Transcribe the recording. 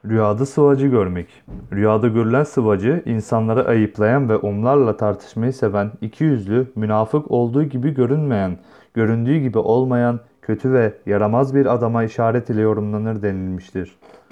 Rüyada sıvacı görmek. Rüyada görülen sıvacı, insanları ayıplayan ve onlarla tartışmayı seven, ikiyüzlü, münafık olduğu gibi görünmeyen, göründüğü gibi olmayan, kötü ve yaramaz bir adama işaret ile yorumlanır denilmiştir.